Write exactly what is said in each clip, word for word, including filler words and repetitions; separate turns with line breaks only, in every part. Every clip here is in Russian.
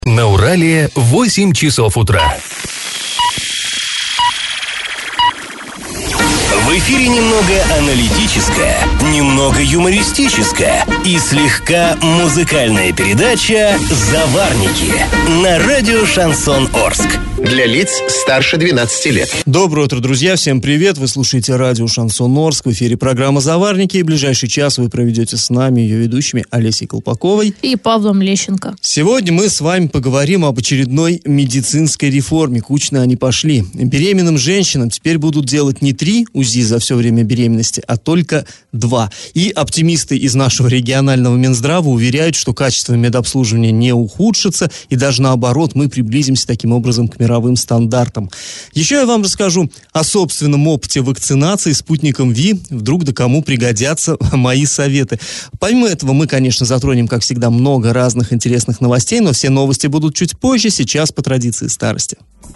На Урале восемь часов утра. В эфире немного аналитическая, немного юмористическая и слегка музыкальная передача «Заварники» на радио «Шансон Орск».
Для лиц старше двенадцати лет.
Доброе утро, друзья, всем привет. Вы слушаете радио «Шансон Орск». В эфире программа «Заварники». И ближайший час вы проведете с нами, ее ведущими, Олесей Колпаковой
и Павлом Лещенко.
Сегодня мы с вами поговорим об очередной медицинской реформе. Кучно они пошли. Беременным женщинам теперь будут делать не три УЗИ за все время беременности, а только два. И оптимисты из нашего регионального Минздрава уверяют, что качество медобслуживания не ухудшится, и даже наоборот, мы приблизимся таким образом к мировым стандартам. Еще я вам расскажу о собственном опыте вакцинации спутником Ви. Вдруг да кому пригодятся мои советы. Помимо этого, мы, конечно, затронем, как всегда, много разных интересных новостей, но все новости будут чуть позже, сейчас по традиции старости.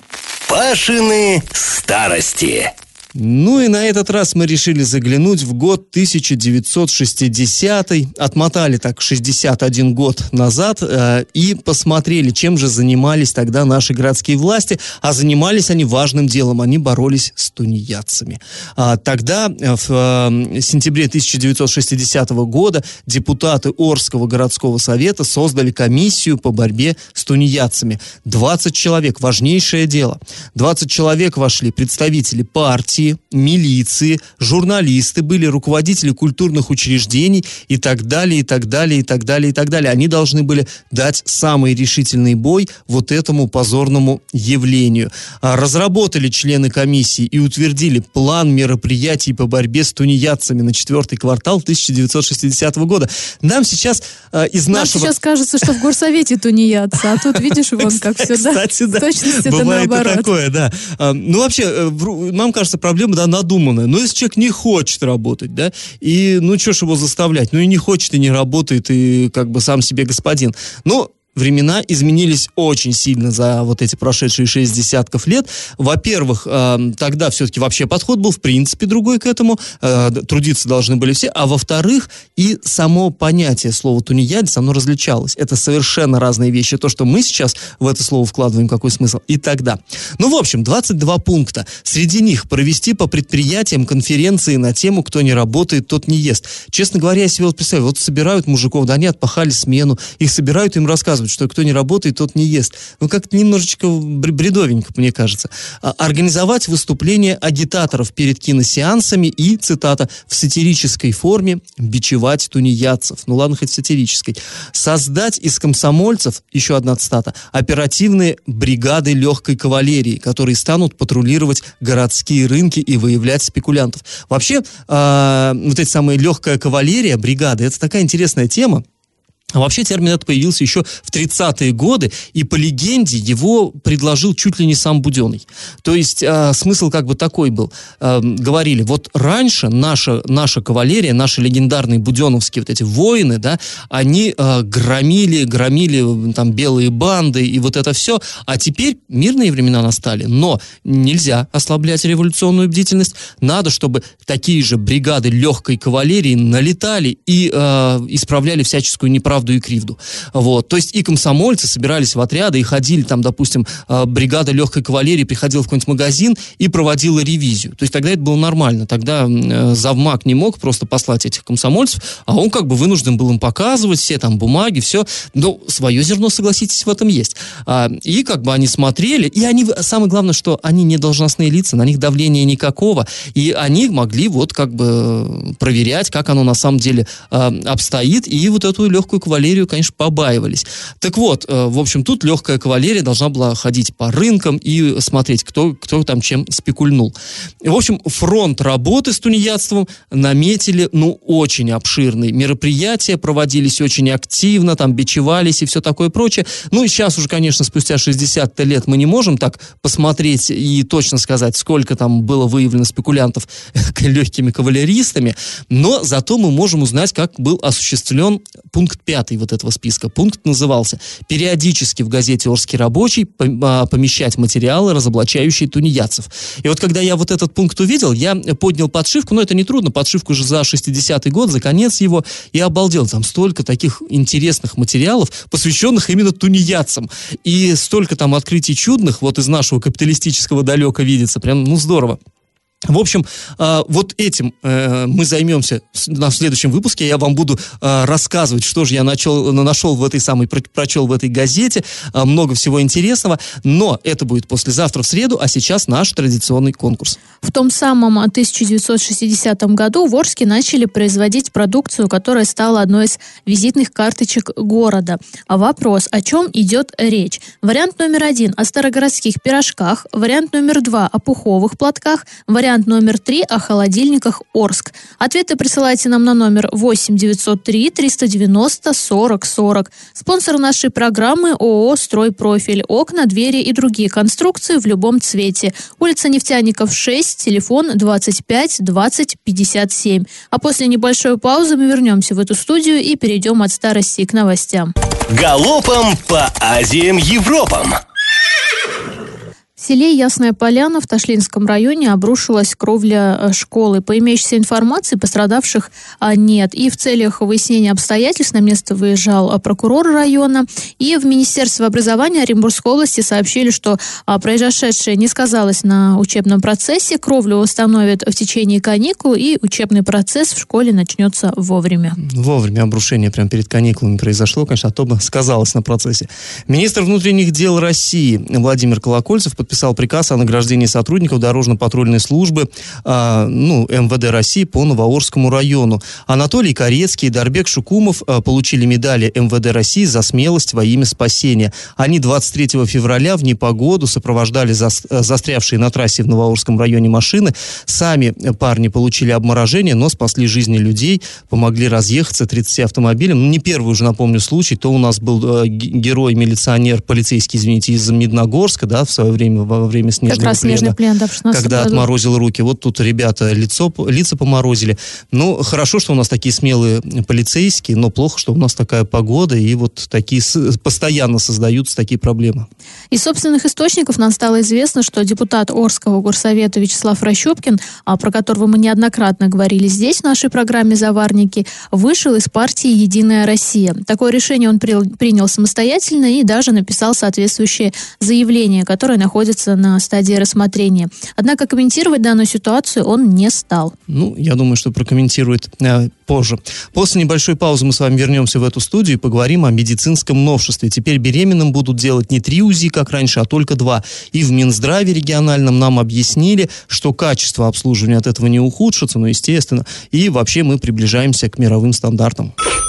Пашины старости.
Ну и на этот раз мы решили заглянуть в год тысяча девятьсот шестидесятый, отмотали так шестьдесят один год назад э, и посмотрели, чем же занимались тогда наши городские власти, а занимались они важным делом, они боролись с тунеядцами. А, тогда, в э, сентябре тысяча девятьсот шестидесятого года, депутаты Орского городского совета создали комиссию по борьбе с тунеядцами. двадцать человек, важнейшее дело. двадцать человек вошли представители партии, милиции, журналисты, были руководители культурных учреждений и так далее, и так далее, и так далее, и так далее. Они должны были дать самый решительный бой вот этому позорному явлению. Разработали члены комиссии и утвердили план мероприятий по борьбе с тунеядцами на четвертый квартал тысяча девятьсот шестидесятого года. Нам сейчас э, из
Нам
нашего...
Нам сейчас кажется, что в горсовете тунеядцы, а тут, видишь, вон как все, да?
Кстати, да.
В точности это
бывает
наоборот.
И такое, да. Ну, вообще, нам кажется, проблема, да, надуманная. Но если человек не хочет работать, да, и, ну, что ж его заставлять? Ну, и не хочет, и не работает, и как бы сам себе господин. Но времена изменились очень сильно за вот эти прошедшие шесть десятков лет. Во-первых, э, тогда все-таки вообще подход был в принципе другой к этому. Э, трудиться должны были все. А во-вторых, и само понятие слова «тунеядец», оно различалось. Это совершенно разные вещи. То, что мы сейчас в это слово вкладываем, какой смысл, и тогда. Ну, в общем, двадцать два пункта. Среди них провести по предприятиям конференции на тему «Кто не работает, тот не ест». Честно говоря, я себе вот представляю, вот собирают мужиков, да, они отпахали смену, их собирают, им рассказывают, что кто не работает, тот не ест. Ну, как-то немножечко бредовенько, мне кажется. А, организовать выступления агитаторов перед киносеансами и, цитата, в сатирической форме бичевать тунеядцев. Ну, ладно, хоть в сатирической. Создать из комсомольцев, еще одна цитата, оперативные бригады легкой кавалерии, которые станут патрулировать городские рынки и выявлять спекулянтов. Вообще, э, вот эти самые легкая кавалерия, бригады, это такая интересная тема. А вообще термин этот появился еще в тридцатые годы, и по легенде его предложил чуть ли не сам Буденный. То есть э, смысл как бы такой был. Э, говорили, вот раньше наша, наша кавалерия, наши легендарные буденовские вот эти воины, да, они э, громили, громили там белые банды и вот это все, а теперь мирные времена настали, но нельзя ослаблять революционную бдительность, надо, чтобы такие же бригады легкой кавалерии налетали и э, исправляли всяческую неправду и кривду. Вот. То есть и комсомольцы собирались в отряды и ходили там, допустим, бригада легкой кавалерии приходила в какой-нибудь магазин и проводила ревизию. То есть тогда это было нормально. Тогда э, завмак не мог просто послать этих комсомольцев, а он как бы вынужден был им показывать все там бумаги, все. Но свое зерно, согласитесь, в этом есть. А, и как бы они смотрели, и они, самое главное, что они не должностные лица, на них давления никакого, и они могли вот как бы проверять, как оно на самом деле э, обстоит, и вот эту легкую кавалерию, конечно, побаивались. Так вот, э, в общем, тут легкая кавалерия должна была ходить по рынкам и смотреть, кто, кто там чем спекульнул. И, в общем, фронт работы с тунеядством наметили, ну, очень обширный. Мероприятия проводились очень активно, там бичевались и все такое прочее. Ну, и сейчас уже, конечно, спустя шестьдесят лет мы не можем так посмотреть и точно сказать, сколько там было выявлено спекулянтов легкими кавалеристами, но зато мы можем узнать, как был осуществлен пункт пятый. пятый вот этого списка. Пункт назывался: периодически в газете «Орский рабочий» помещать материалы, разоблачающие тунеядцев. И вот когда я вот этот пункт увидел, я поднял подшивку, но это не трудно, подшивку же за шестидесятый год, за конец его, и обалдел. Там столько таких интересных материалов, посвященных именно тунеядцам. И столько там открытий чудных, вот из нашего капиталистического далека видится. Прям, ну, здорово. В общем, вот этим мы займемся на следующем выпуске. Я вам буду рассказывать, что же я начал, нашел в этой самой, прочел в этой газете. Много всего интересного. Но это будет послезавтра в среду, а сейчас наш традиционный конкурс.
В том самом тысяча девятьсот шестидесятом году в Орске начали производить продукцию, которая стала одной из визитных карточек города. А вопрос: о чем идет речь? Вариант номер один – о старогородских пирожках. Вариант номер два – о пуховых платках. Вариант номер три – о холодильниках Орск. Ответы присылайте нам на номер восемь девятьсот три триста девяносто сорок сорок. Спонсор нашей программы – ООО «Стройпрофиль». Окна, двери и другие конструкции в любом цвете. Улица Нефтяников, шесть, телефон двадцать пять двадцать пятьдесят семь. А после небольшой паузы мы вернемся в эту студию и перейдем от старости к новостям.
Галопом по Азиям Европам.
В селе Ясная Поляна в Ташлинском районе обрушилась кровля школы. По имеющейся информации, пострадавших нет. И в целях выяснения обстоятельств на место выезжал прокурор района. И в Министерстве образования Оренбургской области сообщили, что произошедшее не сказалось на учебном процессе. Кровлю восстановят в течение каникул, и учебный процесс в школе начнется вовремя.
Вовремя обрушение прямо перед каникулами произошло, конечно, а то бы сказалось на процессе. Министр внутренних дел России Владимир Колокольцев подписал приказ о награждении сотрудников дорожно-патрульной службы э, ну, эм вэ дэ России по Новоорскому району. Анатолий Корецкий и Дарбек Шукумов э, получили медали эм вэ дэ России за смелость во имя спасения. Они двадцать третьего февраля в непогоду сопровождали за, э, застрявшие на трассе в Новоорском районе машины. Сами парни получили обморожение, но спасли жизни людей, помогли разъехаться тридцати автомобилям. Ну, не первый уже, напомню, случай. То у нас был э, герой-милиционер, полицейский, извините, из Медногорска, да, в свое время во время снежного
как раз
плена,
снежный плен, да, в шестнадцатом
когда
году
отморозил руки. Вот тут ребята лицо, лица поморозили. Ну, хорошо, что у нас такие смелые полицейские, но плохо, что у нас такая погода, и вот такие постоянно создаются такие проблемы.
Из собственных источников нам стало известно, что депутат Орского горсовета Вячеслав Рощупкин, про которого мы неоднократно говорили здесь, в нашей программе «Заварники», вышел из партии «Единая Россия». Такое решение он принял самостоятельно и даже написал соответствующее заявление, которое находится на стадии рассмотрения. Однако комментировать данную ситуацию он не стал.
Ну, я думаю, что прокомментирует э, позже. После небольшой паузы мы с вами вернемся в эту студию и поговорим о медицинском новшестве. Теперь беременным будут делать не три УЗИ, как раньше, а только два. И в Минздраве региональном нам объяснили, что качество обслуживания от этого не ухудшится, ну, естественно. И вообще мы приближаемся к мировым стандартам.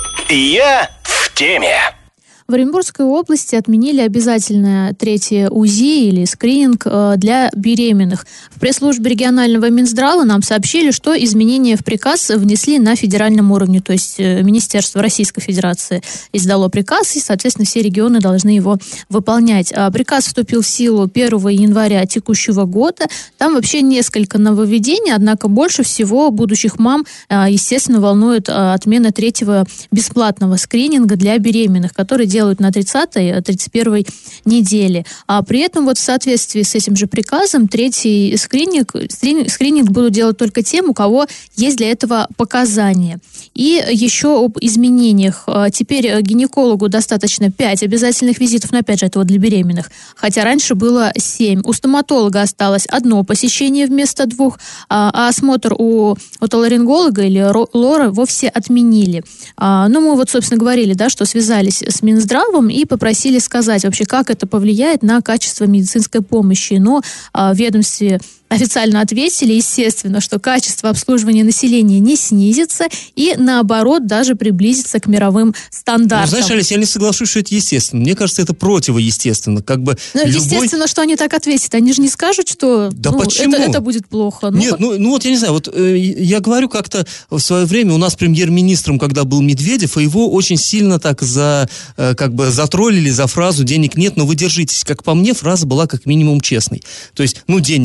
Я в теме.
В Оренбургской области отменили обязательное третье УЗИ или скрининг для беременных. В пресс-службе регионального Минздрава нам сообщили, что изменения в приказ внесли на федеральном уровне, то есть Министерство Российской Федерации издало приказ, и, соответственно, все регионы должны его выполнять. Приказ вступил в силу первого января текущего года. Там вообще несколько нововведений, однако больше всего будущих мам, естественно, волнует отмена третьего бесплатного скрининга для беременных, который делают на тридцатой тридцать первой неделе. А при этом вот в соответствии с этим же приказом третий скрининг, скрининг будут делать только тем, у кого есть для этого показания. И еще об изменениях. Теперь гинекологу достаточно пять обязательных визитов, но опять же это вот для беременных, хотя раньше было семь. У стоматолога осталось одно посещение вместо двух, а осмотр у отоларинголога или лора вовсе отменили. Ну, мы вот, собственно, говорили, да, что связались с Минздравом и попросили сказать вообще, как это повлияет на качество медицинской помощи. Но а, в ведомстве официально ответили, естественно, что качество обслуживания населения не снизится и, наоборот, даже приблизится к мировым стандартам.
Ну, знаешь, Олесь, я не соглашусь, что это естественно. Мне кажется, это противоестественно. Как бы
ну,
любой...
естественно, что они так ответят. Они же не скажут, что
да
ну,
почему?
Это, это будет плохо. Ну,
Нет,
как...
ну, ну вот я не знаю, вот э, я говорю как-то в свое время, у нас премьер-министром, когда был Медведев, и его очень сильно так за, э, как бы затроллили за фразу «денег нет, но вы держитесь». Как по мне, фраза была как минимум честной. То есть, ну, денег действительно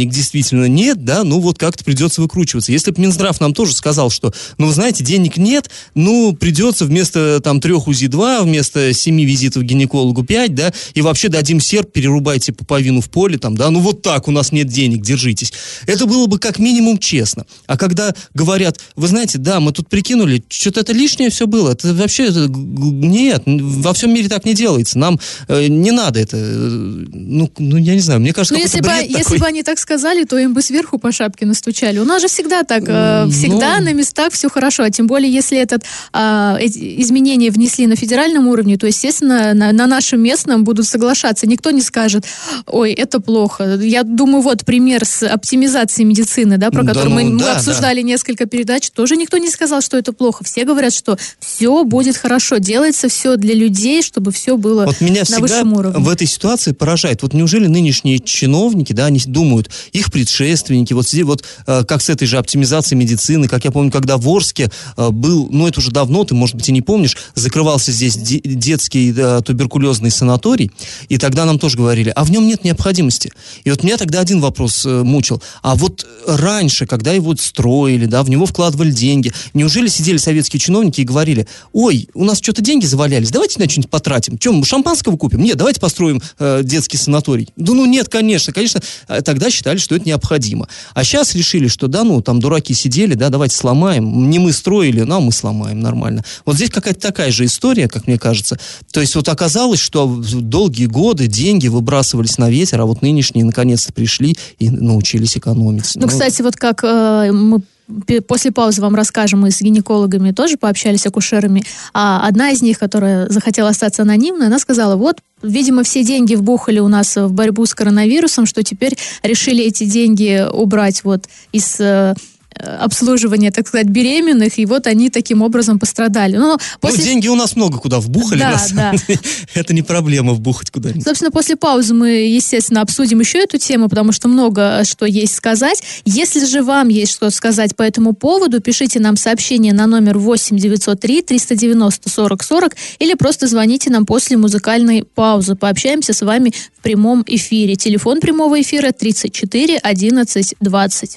действительно нет, да, ну вот как-то придется выкручиваться. Если бы Минздрав нам тоже сказал, что, ну вы знаете, денег нет, ну придется вместо там трех УЗИ два, вместо семи визитов к гинекологу пять, да, и вообще дадим серп, перерубайте пуповину в поле, там, да, ну вот так, у нас нет денег, держитесь. Это было бы как минимум честно. А когда говорят, вы знаете, да, мы тут прикинули, что-то это лишнее все было, это вообще, это, нет, во всем мире так не делается, нам э, не надо это, э, ну, ну, я не знаю, мне кажется,
ну, если бы, если бы они так сказали, то им бы сверху по шапке настучали. У нас же всегда так, э, всегда Но... на местах все хорошо, а тем более, если этот э, изменения внесли на федеральном уровне, то, естественно, на, на нашем местном будут соглашаться. Никто не скажет, ой, это плохо. Я думаю, вот пример с оптимизацией медицины, да, про который да, ну, мы, да, мы обсуждали да. несколько передач, тоже никто не сказал, что это плохо. Все говорят, что все будет хорошо, делается все для людей, чтобы все было вот меня на высшем уровне.
В этой ситуации поражает. Вот неужели нынешние чиновники, да, они думают, их предшественники, вот, вот э, как с этой же оптимизацией медицины, как я помню, когда в Орске э, был, ну это уже давно, ты, может быть, и не помнишь, закрывался здесь де- детский э, туберкулезный санаторий, и тогда нам тоже говорили, а в нем нет необходимости. И вот меня тогда один вопрос э, мучил, а вот раньше, когда его строили, да, в него вкладывали деньги, неужели сидели советские чиновники и говорили, ой, у нас что-то деньги завалялись, давайте на что-нибудь потратим, чем, шампанского купим? Нет, давайте построим э, детский санаторий. Да ну нет, конечно, конечно, тогда считали, что это необходимо. А сейчас решили, что да, ну, там дураки сидели, да, давайте сломаем, не мы строили, ну, а мы сломаем, нормально. Вот здесь какая-то такая же история, как мне кажется. То есть вот оказалось, что долгие годы деньги выбрасывались на ветер, а вот нынешние наконец-то пришли и научились экономить.
Ну, ну кстати, вот как э, мы после паузы вам расскажем, мы с гинекологами тоже пообщались, акушерами, а одна из них, которая захотела остаться анонимной, она сказала, вот, видимо, все деньги вбухали у нас в борьбу с коронавирусом, что теперь решили эти деньги убрать вот из обслуживания, так сказать, беременных, и вот они таким образом пострадали. Но после...
Ну, деньги у нас много куда вбухали, да, на самом да. деле. Это не проблема вбухать куда-нибудь.
Собственно, после паузы мы, естественно, обсудим еще эту тему, потому что много что есть сказать. Если же вам есть что сказать по этому поводу, пишите нам сообщение на номер восемь девятьсот три триста девяносто сорок сорок или просто звоните нам после музыкальной паузы. Пообщаемся с вами в прямом эфире. Телефон прямого эфира тридцать четыре одиннадцать двадцать.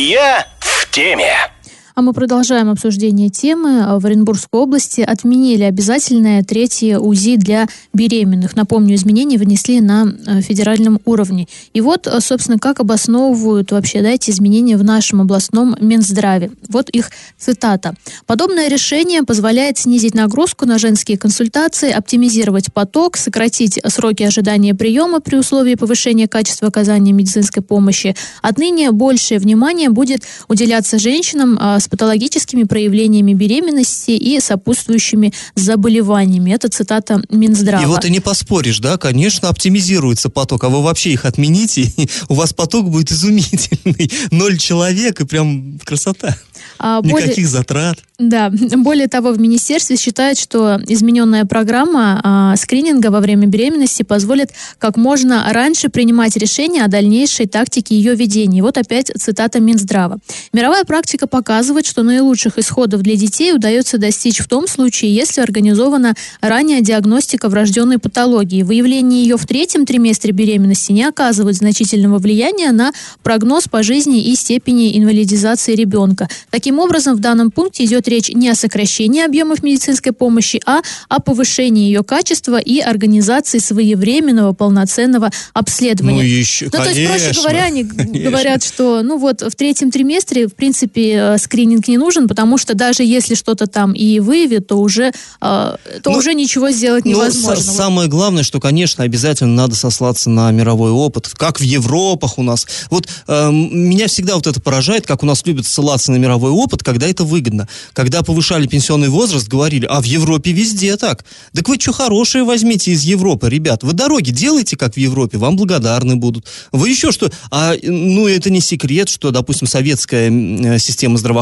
Я в теме.
А мы продолжаем обсуждение темы. В Оренбургской области отменили обязательное третье УЗИ для беременных. Напомню, изменения внесли на федеральном уровне. И вот, собственно, как обосновывают вообще да, эти изменения в нашем областном Минздраве. Вот их цитата. «Подобное решение позволяет снизить нагрузку на женские консультации, оптимизировать поток, сократить сроки ожидания приема при условии повышения качества оказания медицинской помощи. Отныне большее внимание будет уделяться женщинам с патологическими проявлениями беременности и сопутствующими заболеваниями». Это цитата Минздрава.
И вот и не поспоришь, да, конечно, оптимизируется поток, а вы вообще их отмените, и у вас поток будет изумительный. Ноль человек, и прям красота. А Никаких более, затрат.
Да, более того, в министерстве считают, что измененная программа а, скрининга во время беременности позволит как можно раньше принимать решения о дальнейшей тактике ее ведения. Вот опять цитата Минздрава. «Мировая практика показывает, что наилучших исходов для детей удается достичь в том случае, если организована ранняя диагностика врожденной патологии. Выявление ее в третьем триместре беременности не оказывает значительного влияния на прогноз по жизни и степени инвалидизации ребенка. Таким образом, в данном пункте идет речь не о сокращении объемов медицинской помощи, а о повышении ее качества и организации своевременного полноценного обследования».
Ну, еще,
ну
конечно,
то есть, проще говоря, они
конечно.
говорят, что ну вот в третьем триместре, в принципе, скрининг не нужен, потому что даже если что-то там и выявит, то уже, то ну, уже ничего сделать невозможно.
Ну, самое главное, что, конечно, обязательно надо сослаться на мировой опыт, как в Европах у нас. Вот э, меня всегда вот это поражает, как у нас любят ссылаться на мировой опыт, когда это выгодно. Когда повышали пенсионный возраст, говорили, а в Европе везде так. Так вы что хорошее возьмите из Европы, ребят. Вы дороги делайте, как в Европе, вам благодарны будут. Вы еще что? А, ну, это не секрет, что, допустим, советская система здравоохранения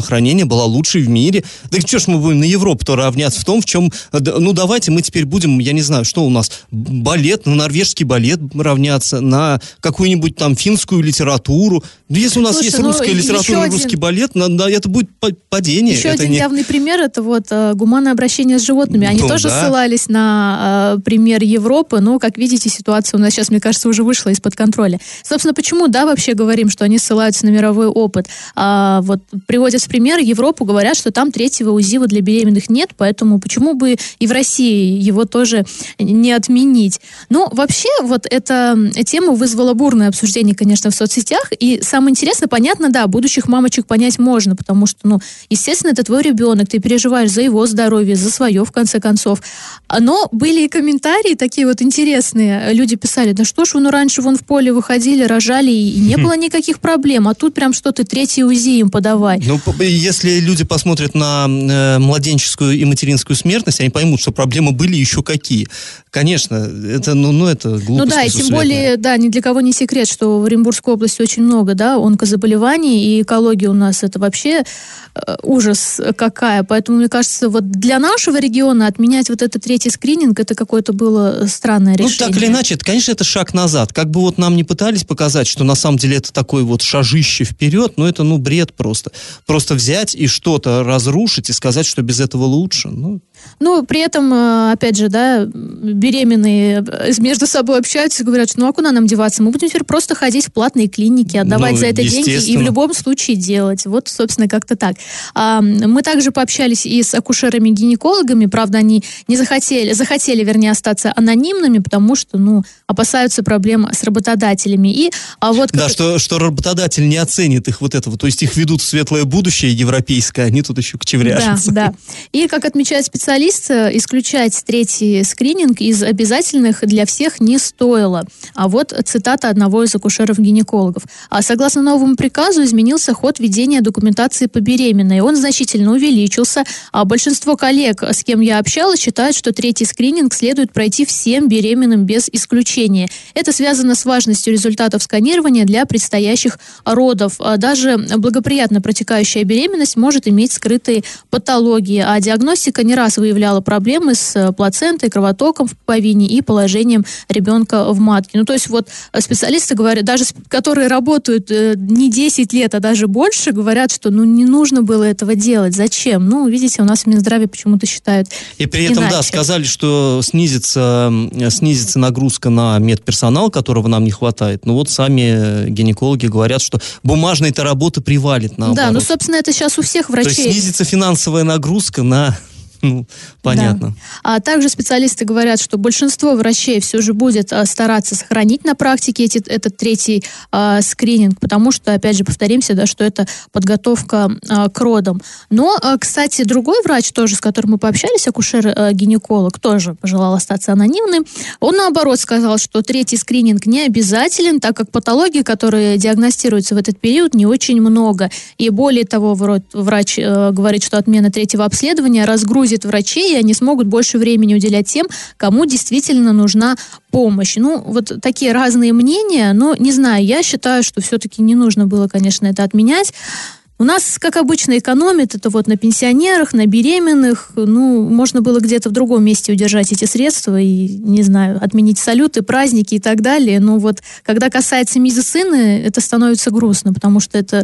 здравоохранения была лучшей в мире. Так что ж мы будем на Европу-то равняться в том, в чем... Ну, давайте мы теперь будем, я не знаю, что у нас, балет, на норвежский балет равняться, на какую-нибудь там финскую литературу. Ну, если у нас
Слушай,
есть
ну,
русская литература,
один...
русский балет, на, на, это будет падение.
Еще
это
один
не...
явный пример, это вот э, гуманное обращение с животными. Они
Ну,
тоже
да.
ссылались на э, пример Европы, но, как видите, ситуация у нас сейчас, мне кажется, уже вышла из-под контроля. Собственно, почему, да, вообще говорим, что они ссылаются на мировой опыт? А, вот приводят в пример Европу, говорят, что там третьего УЗИ для беременных нет, поэтому почему бы и в России его тоже не отменить? Ну, вообще, вот эта тема вызвала бурное обсуждение, конечно, в соцсетях, и самое интересное, понятно, да, будущих мамочек понять можно, потому что, ну, естественно, это твой ребенок, ты переживаешь за его здоровье, за свое, в конце концов. Но были и комментарии такие вот интересные. Люди писали, да что ж вы, ну, раньше вон в поле выходили, рожали, и не было никаких проблем, а тут прям что ты третий УЗИ им подавай.
Ну, если люди посмотрят на э, младенческую и материнскую смертность, они поймут, что проблемы были еще какие. Конечно, это, ну, ну, это глупость.
Ну да, и тем более, да, ни для кого не секрет, что в Оренбургской области очень много, да, онкозаболеваний, и экология у нас это вообще э, ужас какая. Поэтому, мне кажется, вот для нашего региона отменять вот этот третий скрининг, это какое-то было странное решение.
Ну, так или иначе, это, конечно, это шаг назад. Как бы вот нам не пытались показать, что на самом деле это такой вот шажище вперед, но это, ну, бред просто. Просто взять и что-то разрушить и сказать, что без этого лучше, ну...
Ну, при этом, опять же, да, беременные между собой общаются и говорят, что ну а куда нам деваться? Мы будем теперь просто ходить в платные клиники, отдавать ну, за это деньги и в любом случае делать. Вот, собственно, как-то так. А, мы также пообщались и с акушерами-гинекологами, правда, они не захотели, захотели, вернее, остаться анонимными, потому что, ну, опасаются проблем с работодателями. И, а вот как...
Да, что, что работодатель не оценит их вот этого, то есть их ведут в светлое будущее европейское, они тут еще кочевряжутся.
Да, да. И, как отмечает специалист, исключать третий скрининг из обязательных для всех не стоило. А вот цитата одного из акушеров-гинекологов. А согласно новому приказу изменился ход ведения документации по беременной. Он значительно увеличился, а большинство коллег, с кем я общалась, считают, что третий скрининг следует пройти всем беременным без исключения. Это связано с важностью результатов сканирования для предстоящих родов. Даже благоприятно протекающая беременность может иметь скрытые патологии, а диагностика не раз выявляла проблемы с плацентой, кровотоком в пуповине и положением ребенка в матке. Ну, то есть вот специалисты говорят, даже которые работают э, не десять лет, а даже больше, говорят, что ну не нужно было этого делать. Зачем? Ну, видите, у нас в Минздраве почему-то считают
И при этом,
иначе.
да, сказали, что снизится, снизится нагрузка на медперсонал, которого нам не хватает. Но вот сами гинекологи говорят, что бумажной-то работы привалит наоборот.
Да, ну, собственно, это сейчас у всех врачей.
То есть снизится финансовая нагрузка на... Ну, понятно.
Да. А также специалисты говорят, что большинство врачей все же будет а, стараться сохранить на практике эти, этот третий а, скрининг, потому что, опять же, повторимся, да, что это подготовка а, к родам. Но, а, кстати, другой врач тоже, с которым мы пообщались, акушер-гинеколог, тоже пожелал остаться анонимным. Он, наоборот, сказал, что третий скрининг не обязателен, так как патологии, которые диагностируются в этот период, не очень много. И более того, врач а, говорит, что отмена третьего обследования разгрузит врачей, и они смогут больше времени уделять тем, кому действительно нужна помощь. Ну, вот такие разные мнения, но, не знаю, я считаю, что все-таки не нужно было, конечно, это отменять. У нас, как обычно, экономят это вот на пенсионерах, на беременных. Ну, можно было где-то в другом месте удержать эти средства и, не знаю, отменить салюты, праздники и так далее. Но вот, когда касается медицины, это становится грустно, потому что это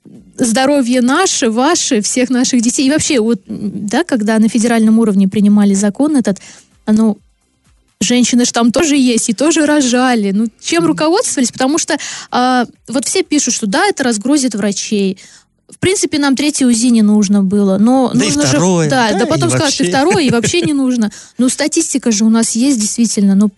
здоровье наше, ваше, всех наших детей. И вообще, вот, да, когда на федеральном уровне принимали закон этот, ну, женщины же там тоже есть и тоже рожали. Ну, чем руководствовались? Потому что а, вот все пишут, что да, это разгрузит врачей. В принципе, нам третье УЗИ не нужно было. Но
да
нужно
и второе.
Же, да,
да,
да потом скажут, и второе, и вообще не нужно. Ну, статистика же у нас есть, действительно, ну,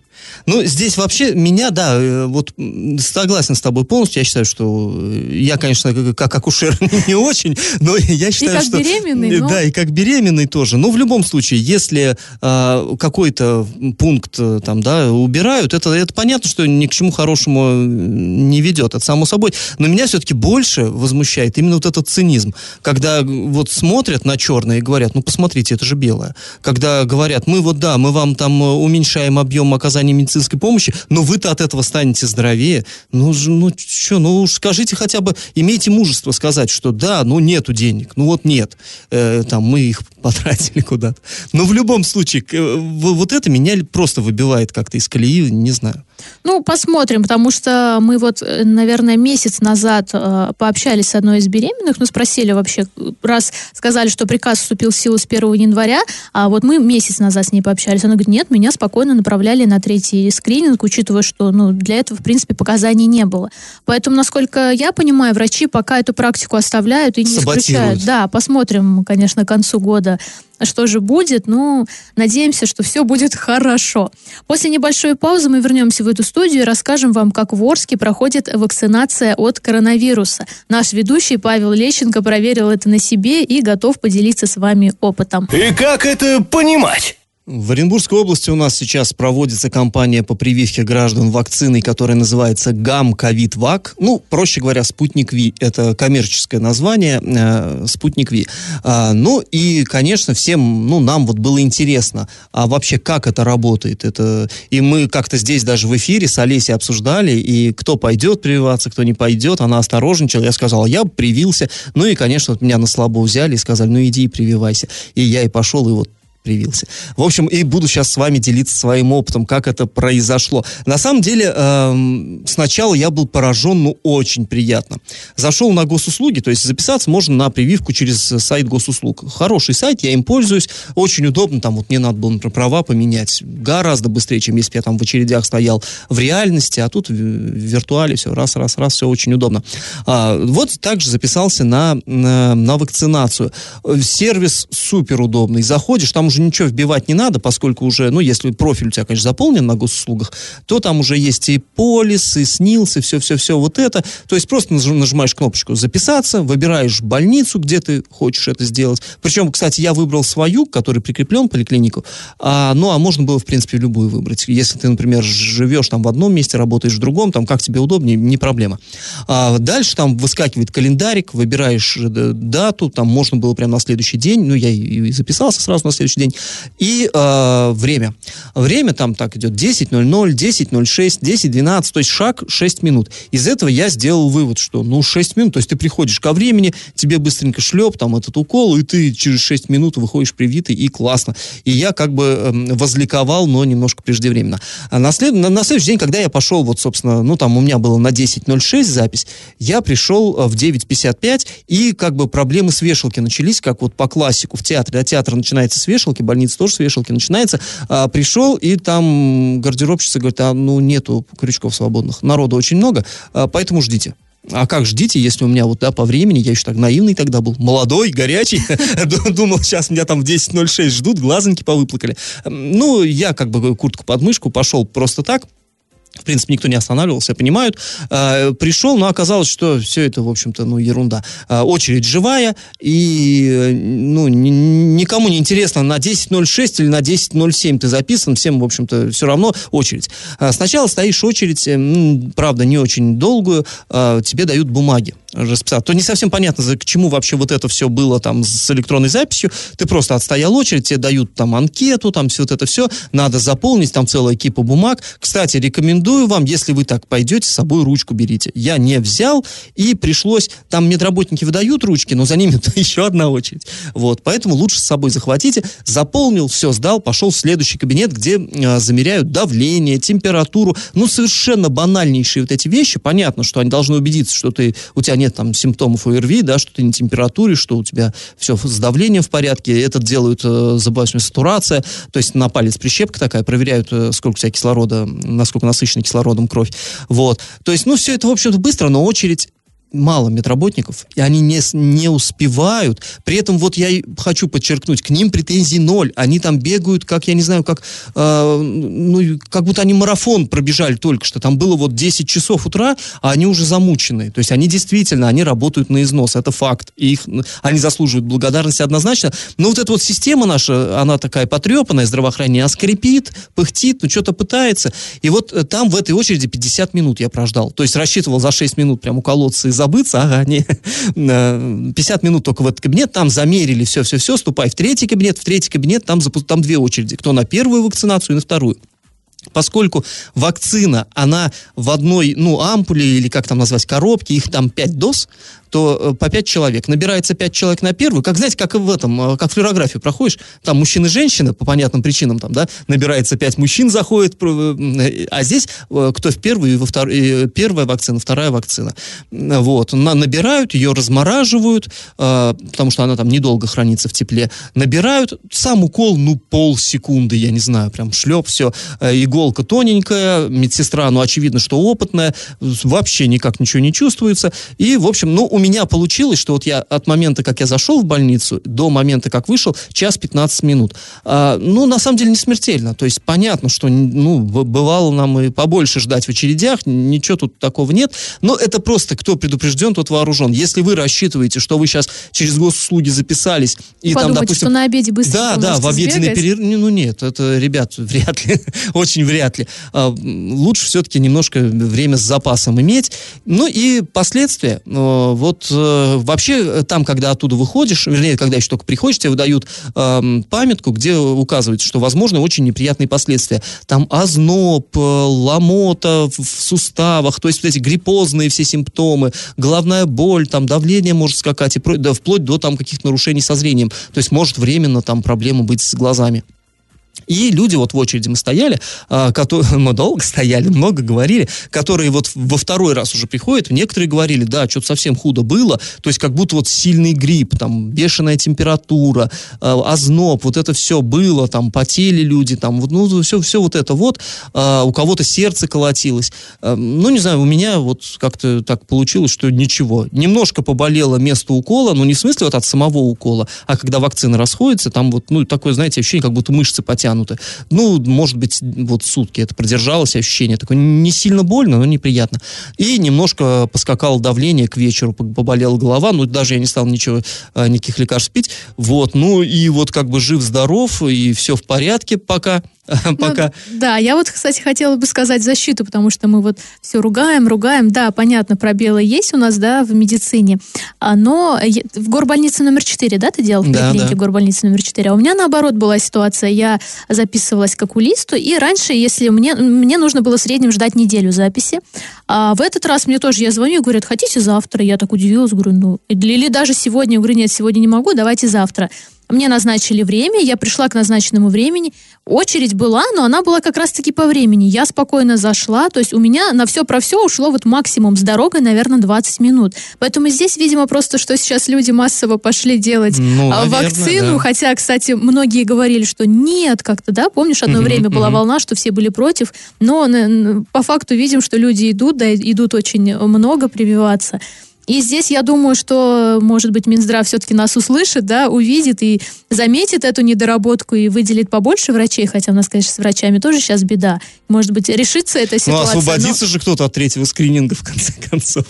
Ну, здесь вообще меня, да, вот согласен с тобой полностью. Я считаю, что я, конечно, как акушер не очень, но я считаю, что...
И как
что,
беременный, но...
Да, и как беременный тоже. Но в любом случае, если э, какой-то пункт там, да, убирают, это, это понятно, что ни к чему хорошему не ведет, это само собой. Но меня все-таки больше возмущает именно вот этот цинизм. Когда вот смотрят на черное и говорят, ну, посмотрите, это же белое. Когда говорят, мы вот, да, мы вам там уменьшаем объем оказания медицинской медицинской помощи, но вы-то от этого станете здоровее. Ну, ну что, ну уж скажите хотя бы, имейте мужество сказать, что да, ну нету денег, ну вот нет, э, там мы их потратили куда-то. Но в любом случае, э, вот это меня просто выбивает как-то из колеи, не знаю.
Ну, посмотрим, потому что мы вот, наверное, месяц назад э, пообщались с одной из беременных, ну, спросили вообще, раз сказали, что приказ вступил в силу с первого января, а вот мы месяц назад с ней пообщались. Она говорит, нет, меня спокойно направляли на третий скрининг, учитывая, что, ну, для этого, в принципе, показаний не было. Поэтому, насколько я понимаю, врачи пока эту практику оставляют и не исключают. Да, посмотрим, конечно, к концу года, что же будет, но надеемся, что все будет хорошо. После небольшой паузы мы вернемся в эту студию и расскажем вам, как в Орске проходит вакцинация от коронавируса. Наш ведущий Павел Лещенко проверил это на себе и готов поделиться с вами опытом.
И как это понимать?
В Оренбургской области у нас сейчас проводится кампания по прививке граждан вакциной, которая называется Гам-Ковид-Вак. Ну, проще говоря, Спутник Ви. Это коммерческое название, э, Спутник Ви. А, ну, и, конечно, всем, ну, нам вот было интересно, а вообще как это работает? Это... И мы как-то здесь даже в эфире с Олесей обсуждали, и кто пойдет прививаться, кто не пойдет. Она осторожничала, я сказал, я привился. Ну, и, конечно, вот меня на слабо взяли и сказали, ну, иди и прививайся. И я и пошел, и вот привился. В общем, и буду сейчас с вами делиться своим опытом, как это произошло. На самом деле, эм, сначала я был поражен, ну, очень приятно. Зашел на госуслуги, то есть записаться можно на прививку через сайт госуслуг. Хороший сайт, я им пользуюсь, очень удобно, там вот мне надо было, например, права поменять гораздо быстрее, чем если бы я там в очередях стоял в реальности, а тут в, в виртуале все раз, раз, раз, все очень удобно. А, вот также записался на, на, на вакцинацию. Сервис супер удобный. Заходишь, там уже ничего вбивать не надо, поскольку уже, ну, если профиль у тебя, конечно, заполнен на госуслугах, то там уже есть и полис, и СНИЛС, и все-все-все вот это. То есть просто нажимаешь кнопочку «Записаться», выбираешь больницу, где ты хочешь это сделать. Причем, кстати, я выбрал свою, который прикреплен в поликлинику, а, ну, а можно было, в принципе, любую выбрать. Если ты, например, живешь там в одном месте, работаешь в другом, там как тебе удобнее, не проблема. А дальше там выскакивает календарик, выбираешь дату, там можно было прямо на следующий день, ну, я и записался сразу на следующий день, и э, время. Время там так идет десять ноль ноль, десять ноль шесть, десять двенадцать, то есть шаг шесть минут. Из этого я сделал вывод, что ну шесть минут, то есть ты приходишь ко времени, тебе быстренько шлеп, там этот укол, и ты через шесть минут выходишь привитый, и классно. И я как бы э, возликовал, но немножко преждевременно. А на, след... на, на следующий день, когда я пошел, вот, собственно, ну там у меня было на десять ноль шесть запись, я пришел в девять пятьдесят пять, и как бы проблемы с вешалки начались, как вот по классику в театре. А театр начинается с вешалки, больница тоже с вешалки начинается. А, пришел, и там гардеробщица говорит, а ну нету крючков свободных, народу очень много, а, поэтому ждите. А как ждите, если у меня вот, да, по времени, я еще так наивный тогда был, молодой, горячий, думал, сейчас меня там в десять ноль шесть ждут, глазоньки повыплакали. Ну, я как бы куртку под мышку пошел просто так. В принципе, никто не останавливался, понимают. А, пришел, но оказалось, что все это, в общем-то, ну, ерунда. А, очередь живая, и, ну, н- никому не интересно, на десять ноль шесть или на десять ноль семь ты записан, всем, в общем-то, все равно очередь. А, сначала стоишь очередь, ну, правда, не очень долгую, а, тебе дают бумаги расписаться. То не совсем понятно, к чему вообще вот это все было там с электронной записью. Ты просто отстоял очередь, тебе дают там анкету, там все вот это все, надо заполнить, там целая кипа бумаг. Кстати, рекомендую вам, если вы так пойдете, с собой ручку берите. Я не взял, и пришлось, там медработники выдают ручки, но за ними еще одна очередь. Вот, поэтому лучше с собой захватите. Заполнил, все сдал, пошел в следующий кабинет, где э, замеряют давление, температуру. Ну, совершенно банальнейшие вот эти вещи. Понятно, что они должны убедиться, что ты, у тебя нет там симптомов ОРВИ, да, что ты не температуре, что у тебя все с давлением в порядке. Это делают, э, забываюсь, сатурация, то есть на палец прищепка такая, проверяют, э, сколько у тебя кислорода, насколько насыщена кислородом кровь. Вот. То есть, ну, все это, в общем-то, быстро, но очередь мало медработников, и они не, не успевают. При этом вот я и хочу подчеркнуть, к ним претензий ноль. Они там бегают, как, я не знаю, как, э, ну, как будто они марафон пробежали только что. Там было вот десять часов утра, а они уже замученные. То есть они действительно, они работают на износ. Это факт. И их, они заслуживают благодарности однозначно. Но вот эта вот система наша, она такая потрепанная, здравоохранение, она скрипит, пыхтит, ну, что-то пытается. И вот там в этой очереди пятьдесят минут я прождал. То есть рассчитывал за шесть минут прям уколоться и забыться, ага, не, пятьдесят минут только в этот кабинет, там замерили все-все-все, ступай в третий кабинет, в третий кабинет, там, там две очереди, кто на первую вакцинацию и на вторую. Поскольку вакцина, она в одной, ну, ампуле, или как там назвать, коробке, их там пять доз, то по пять человек. Набирается пять человек на первую, как, знаете, как и в этом, как флюорографию проходишь, там мужчина и женщина, по понятным причинам, там, да, набирается пять мужчин, заходит, а здесь кто в первую, и во вторую, первая вакцина, вторая вакцина. Вот, набирают, ее размораживают, потому что она там недолго хранится в тепле, набирают, сам укол, ну, полсекунды, я не знаю, прям шлеп, все, иголка тоненькая, медсестра, ну, очевидно, что опытная, вообще никак ничего не чувствуется, и, в общем, ну, у меня получилось, что вот я от момента, как я зашел в больницу, до момента, как вышел, час пятнадцать минут. А, ну, на самом деле, не смертельно. То есть, понятно, что, ну, бывало нам и побольше ждать в очередях, ничего тут такого нет. Но это просто кто предупрежден, тот вооружен. Если вы рассчитываете, что вы сейчас через госуслуги записались, и
подумайте,
там, допустим...
что на обеде быстро
Да, да, в обеденный перерыв... Ну, нет, это, ребят, вряд ли, очень вряд ли. А, лучше все-таки немножко время с запасом иметь. Ну, и последствия... Вот э, вообще там, когда оттуда выходишь, вернее, когда еще только приходишь, тебе выдают э, памятку, где указывается, что возможны очень неприятные последствия. Там озноб, ломота в суставах, то есть вот эти гриппозные все симптомы, головная боль, там давление может скакать, и про, да, вплоть до там каких-то нарушений со зрением. То есть может временно там проблема быть с глазами. И люди вот в очереди мы стояли, а, которые, мы долго стояли, много говорили, которые вот во второй раз уже приходят, некоторые говорили, да, что-то совсем худо было, то есть как будто вот сильный грипп, там, бешеная температура, а, озноб, вот это все было, там, потели люди, там, вот, ну, все, все вот это вот, а, у кого-то сердце колотилось, а, ну, не знаю, у меня вот как-то так получилось, что ничего, немножко поболело место укола, ну, не в смысле вот от самого укола, а когда вакцина расходится, там вот, ну, такое, знаете, ощущение, как будто мышцы потянуты. Ну, может быть, вот сутки это продержалось, ощущение такое не сильно больно, но неприятно. И немножко поскакало давление к вечеру, поболела голова, ну, даже я не стал ничего, никаких лекарств пить. Вот, ну, и вот как бы жив-здоров, и все в порядке пока. Пока.
Ну, да, я вот, кстати, хотела бы сказать защиту, потому что мы вот все ругаем, ругаем. Да, понятно, пробелы есть у нас, да, в медицине, но в горбольнице номер четыре, да, ты делал в
да,
поликлинике
да.
горбольницы номер четыре, а у меня наоборот была ситуация, я записывалась к окулисту, и раньше, если мне, мне нужно было в среднем ждать неделю записи, а в этот раз мне тоже, я звоню и говорят, хотите завтра? Я так удивилась, говорю, ну, или даже сегодня, я говорю, нет, сегодня не могу, давайте завтра. Мне назначили время, я пришла к назначенному времени, очередь была, но она была как раз-таки по времени. Я спокойно зашла, то есть у меня на все про все ушло вот максимум с дорогой, наверное, двадцать минут. Поэтому здесь, видимо, просто, что сейчас люди массово пошли делать ну, наверное, вакцину, да. Хотя, кстати, многие говорили, что нет, как-то, да, помнишь, одно uh-huh, время uh-huh. была волна, что все были против, но по факту видим, что люди идут, да, идут очень много прививаться. И здесь я думаю, что, может быть, Минздрав все-таки нас услышит, да, увидит и заметит эту недоработку и выделит побольше врачей, хотя у нас, конечно, с врачами тоже сейчас беда. Может быть, решится эта ситуация.
Ну, освободится но... же кто-то от третьего скрининга, в конце концов.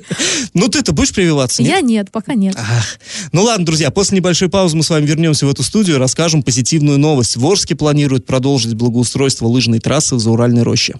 Ну, ты-то будешь прививаться, нет?
Я нет, пока нет.
Ах. Ну, ладно, друзья, после небольшой паузы мы с вами вернемся в эту студию и расскажем позитивную новость. В Орске планируют продолжить благоустройство лыжной трассы в Зауральной роще.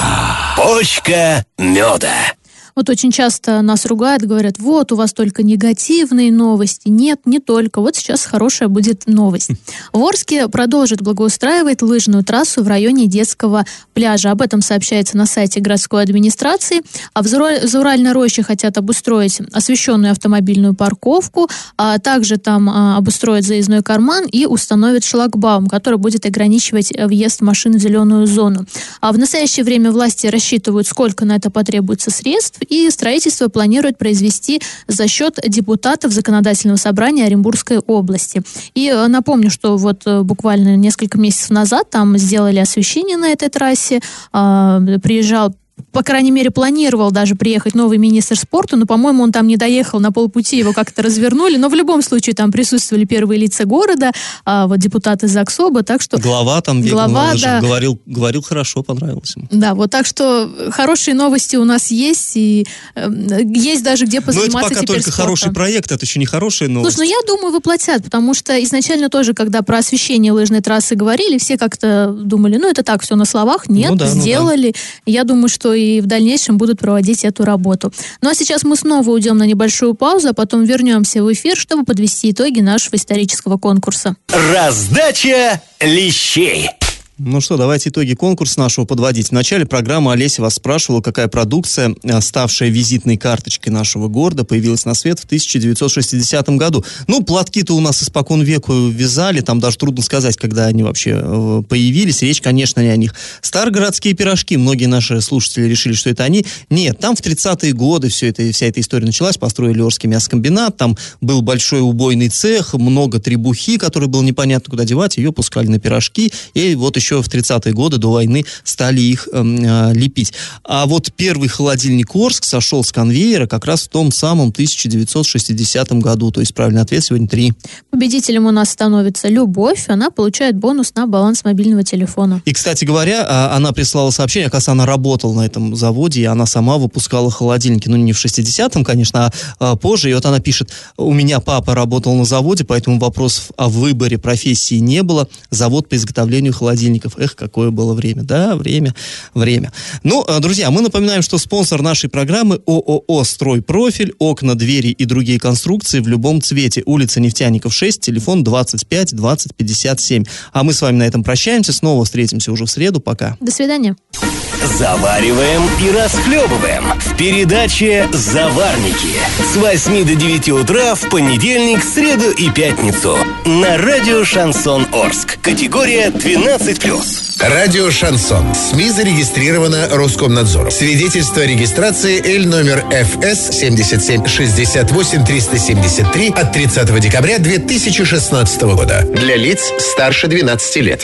Почка меда.
Вот очень часто нас ругают, говорят, вот, у вас только негативные новости. Нет, не только. Вот сейчас хорошая будет новость. В Орске продолжит благоустраивать лыжную трассу в районе детского пляжа. Об этом сообщается на сайте городской администрации. А в Зауральной роще хотят обустроить освещенную автомобильную парковку, а также там а, обустроят заездной карман и установят шлагбаум, который будет ограничивать въезд машин в зеленую зону. А в настоящее время власти рассчитывают, сколько на это потребуется средств, и строительство планируют произвести за счет депутатов Законодательного собрания Оренбургской области. И напомню, что вот буквально несколько месяцев назад там сделали освещение на этой трассе, приезжал, по крайней мере, планировал даже приехать новый министр спорта, но, по-моему, он там не доехал, на полпути его как-то развернули, но в любом случае там присутствовали первые лица города, а, вот депутаты ЗАГСОБа, так что...
Глава там бегал,
глава, да.
говорил, говорил хорошо, понравилось ему.
Да, вот так что хорошие новости у нас есть, и э, есть даже где позаниматься теперь спортом. Но это пока только
спортом. Хороший проект, это еще не хорошие новости.
Слушай, ну я думаю, воплотят, потому что изначально тоже, когда про освещение лыжной трассы говорили, все как-то думали, ну это так, все на словах, нет, ну да, сделали. Ну да. Я думаю, что и в дальнейшем будут проводить эту работу. Ну а сейчас мы снова уйдем на небольшую паузу, а потом вернемся в эфир, чтобы подвести итоги нашего исторического конкурса.
Раздача лещей.
Ну что, давайте итоги конкурса нашего подводить. В начале программы Олеся вас спрашивала, какая продукция, ставшая визитной карточкой нашего города, появилась на свет в тысяча девятьсот шестидесятом году. Ну, платки-то у нас испокон веку вязали, там даже трудно сказать, когда они вообще появились. Речь, конечно, не о них. Старогородские пирожки, многие наши слушатели решили, что это они. Нет, там в тридцатые годы все это, вся эта история началась, построили Орский мясокомбинат, там был большой убойный цех, много требухи, которой было непонятно, куда девать, ее пускали на пирожки, и вот еще в тридцатые годы до войны стали их э, э, лепить. А вот первый холодильник Орск сошел с конвейера как раз в том самом тысяча девятьсот шестидесятом году. То есть правильный ответ сегодня три.
Победителем у нас становится Любовь. Она получает бонус на баланс мобильного телефона.
И, кстати говоря, она прислала сообщение, оказывается, она работала на этом заводе, и она сама выпускала холодильники. Ну, не в шестидесятом, конечно, а позже. И вот она пишет: у меня папа работал на заводе, поэтому вопросов о выборе профессии не было. Завод по изготовлению холодильников. Эх, какое было время. Да, время, время. Ну, друзья, мы напоминаем, что спонсор нашей программы ООО «Стройпрофиль». Окна, двери и другие конструкции в любом цвете. Улица Нефтяников, шесть, телефон двадцать пять двадцать пятьдесят семь. А мы с вами на этом прощаемся. Снова встретимся уже в среду. Пока.
До свидания.
Завариваем и расхлебываем в передаче «Заварники» с восьми до девяти утра в понедельник, среду и пятницу на радио «Шансон Орск». Категория двенадцать плюс.
Радио «Шансон». СМИ зарегистрировано Роскомнадзором. Свидетельство о регистрации Л номер Ф С семьдесят семь шестьдесят восемь триста семьдесят три от тридцатого декабря две тысячи шестнадцатого года. Для лиц старше двенадцати лет.